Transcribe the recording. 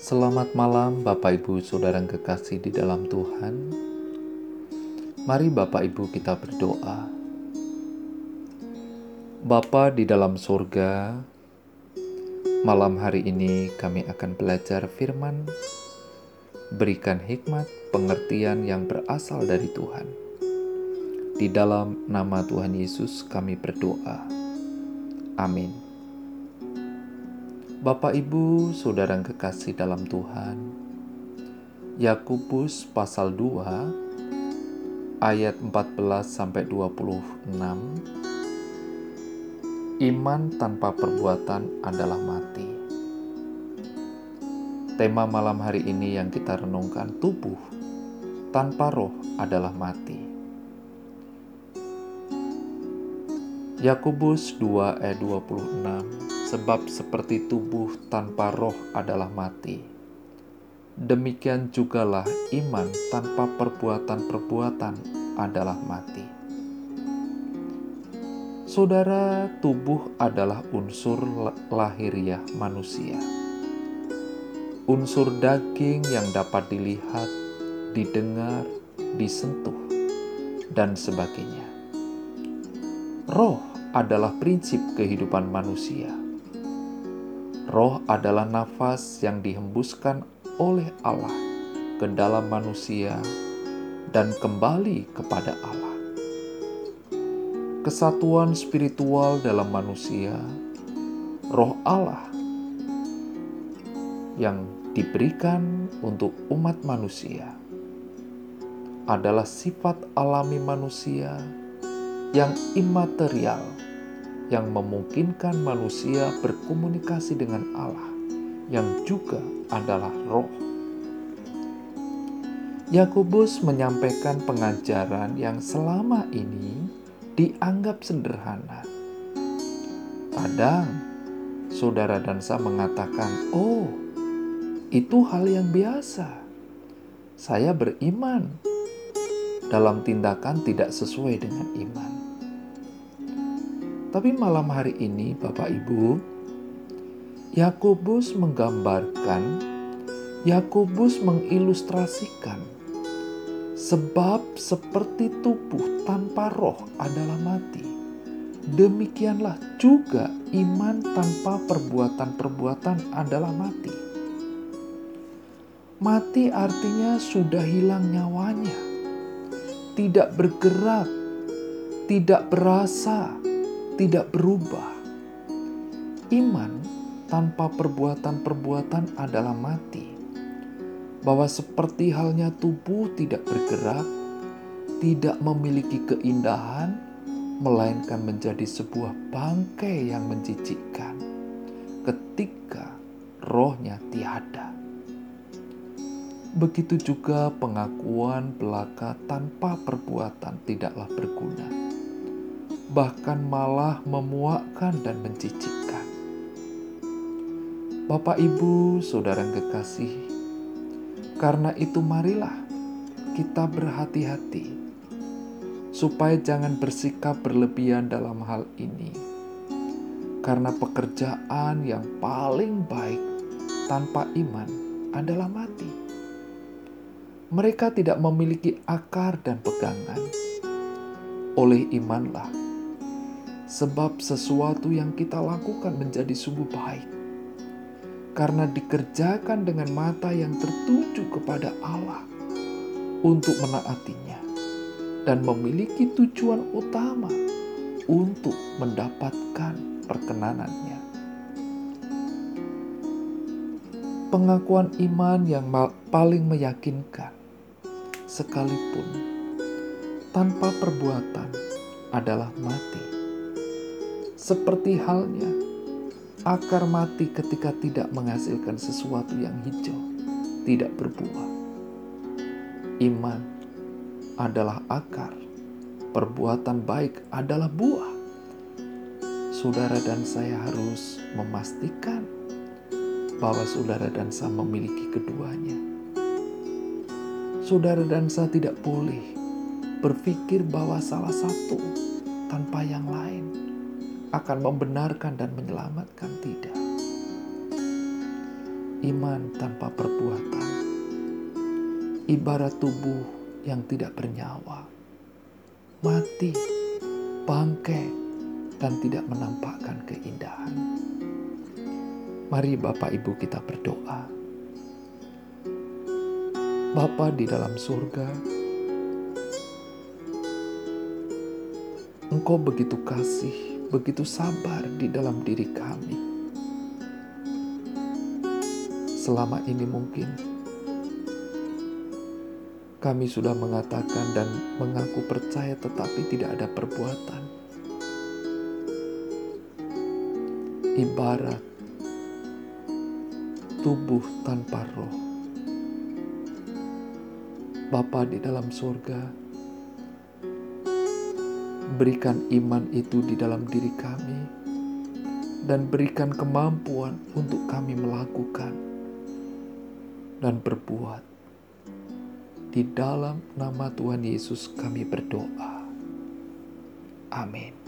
Selamat malam Bapak Ibu Saudara yang kekasih di dalam Tuhan. Mari Bapak Ibu kita berdoa. Bapa di dalam surga, malam hari ini kami akan belajar firman. Berikan hikmat, pengertian yang berasal dari Tuhan. Di dalam nama Tuhan Yesus kami berdoa. Amin. Bapak Ibu Saudara yang kekasih dalam Tuhan, Yakobus pasal 2 ayat 14-26, iman tanpa perbuatan adalah mati. Tema malam hari ini yang kita renungkan, tubuh tanpa roh adalah mati. Yakobus 2 ayat 26, sebab seperti tubuh tanpa roh adalah mati, demikian jugalah iman tanpa perbuatan-perbuatan adalah mati. Saudara, tubuh adalah unsur lahiriah manusia. Unsur daging yang dapat dilihat, didengar, disentuh, dan sebagainya. Roh adalah prinsip kehidupan manusia. Roh adalah nafas yang dihembuskan oleh Allah ke dalam manusia dan kembali kepada Allah. Kesatuan spiritual dalam manusia, roh Allah yang diberikan untuk umat manusia adalah sifat alami manusia yang imaterial, yang memungkinkan manusia berkomunikasi dengan Allah, yang juga adalah roh. Yakobus menyampaikan pengajaran yang selama ini dianggap sederhana. Kadang saudara dan saya mengatakan, "Oh, itu hal yang biasa. Saya beriman dalam tindakan tidak sesuai dengan iman." Tapi malam hari ini Bapak Ibu, Yakobus mengilustrasikan sebab seperti tubuh tanpa roh adalah mati, demikianlah juga iman tanpa perbuatan-perbuatan adalah mati. Mati artinya sudah hilang nyawanya, tidak bergerak, tidak berasa, tidak berubah. Iman tanpa perbuatan-perbuatan adalah mati. Bahwa seperti halnya tubuh tidak bergerak, tidak memiliki keindahan, melainkan menjadi sebuah bangkai yang menjijikkan ketika rohnya tiada. Begitu juga pengakuan belaka tanpa perbuatan tidaklah berguna, bahkan malah memuakkan dan menjijikkan. Bapak, Ibu, Saudara yang kekasih, karena itu marilah kita berhati-hati supaya jangan bersikap berlebihan dalam hal ini. Karena pekerjaan yang paling baik tanpa iman adalah mati. Mereka tidak memiliki akar dan pegangan. Oleh imanlah, sebab sesuatu yang kita lakukan menjadi sungguh baik, karena dikerjakan dengan mata yang tertuju kepada Allah untuk menaatinya dan memiliki tujuan utama untuk mendapatkan perkenanannya. Pengakuan iman yang paling meyakinkan, sekalipun tanpa perbuatan, adalah mati. Seperti halnya akar mati ketika tidak menghasilkan sesuatu yang hijau, tidak berbuah. Iman adalah akar, perbuatan baik adalah buah. Saudara dan saya harus memastikan bahwa saudara dan saya memiliki keduanya. Saudara dan saya tidak boleh berpikir bahwa salah satu tanpa yang lain akan membenarkan dan menyelamatkan, tidak. iman tanpa perbuatan, ibarat tubuh yang tidak bernyawa, mati, bangkai, dan tidak menampakkan keindahan. Mari Bapak Ibu kita berdoa. Bapa di dalam surga, Engkau begitu kasih, begitu sabar di dalam diri kami. Selama ini mungkin kami sudah mengatakan dan mengaku percaya tetapi tidak ada perbuatan. Ibarat tubuh tanpa roh. Bapa di dalam surga, berikan iman itu di dalam diri kami dan berikan kemampuan untuk kami melakukan dan berbuat. Di dalam nama Tuhan Yesus kami berdoa. Amin.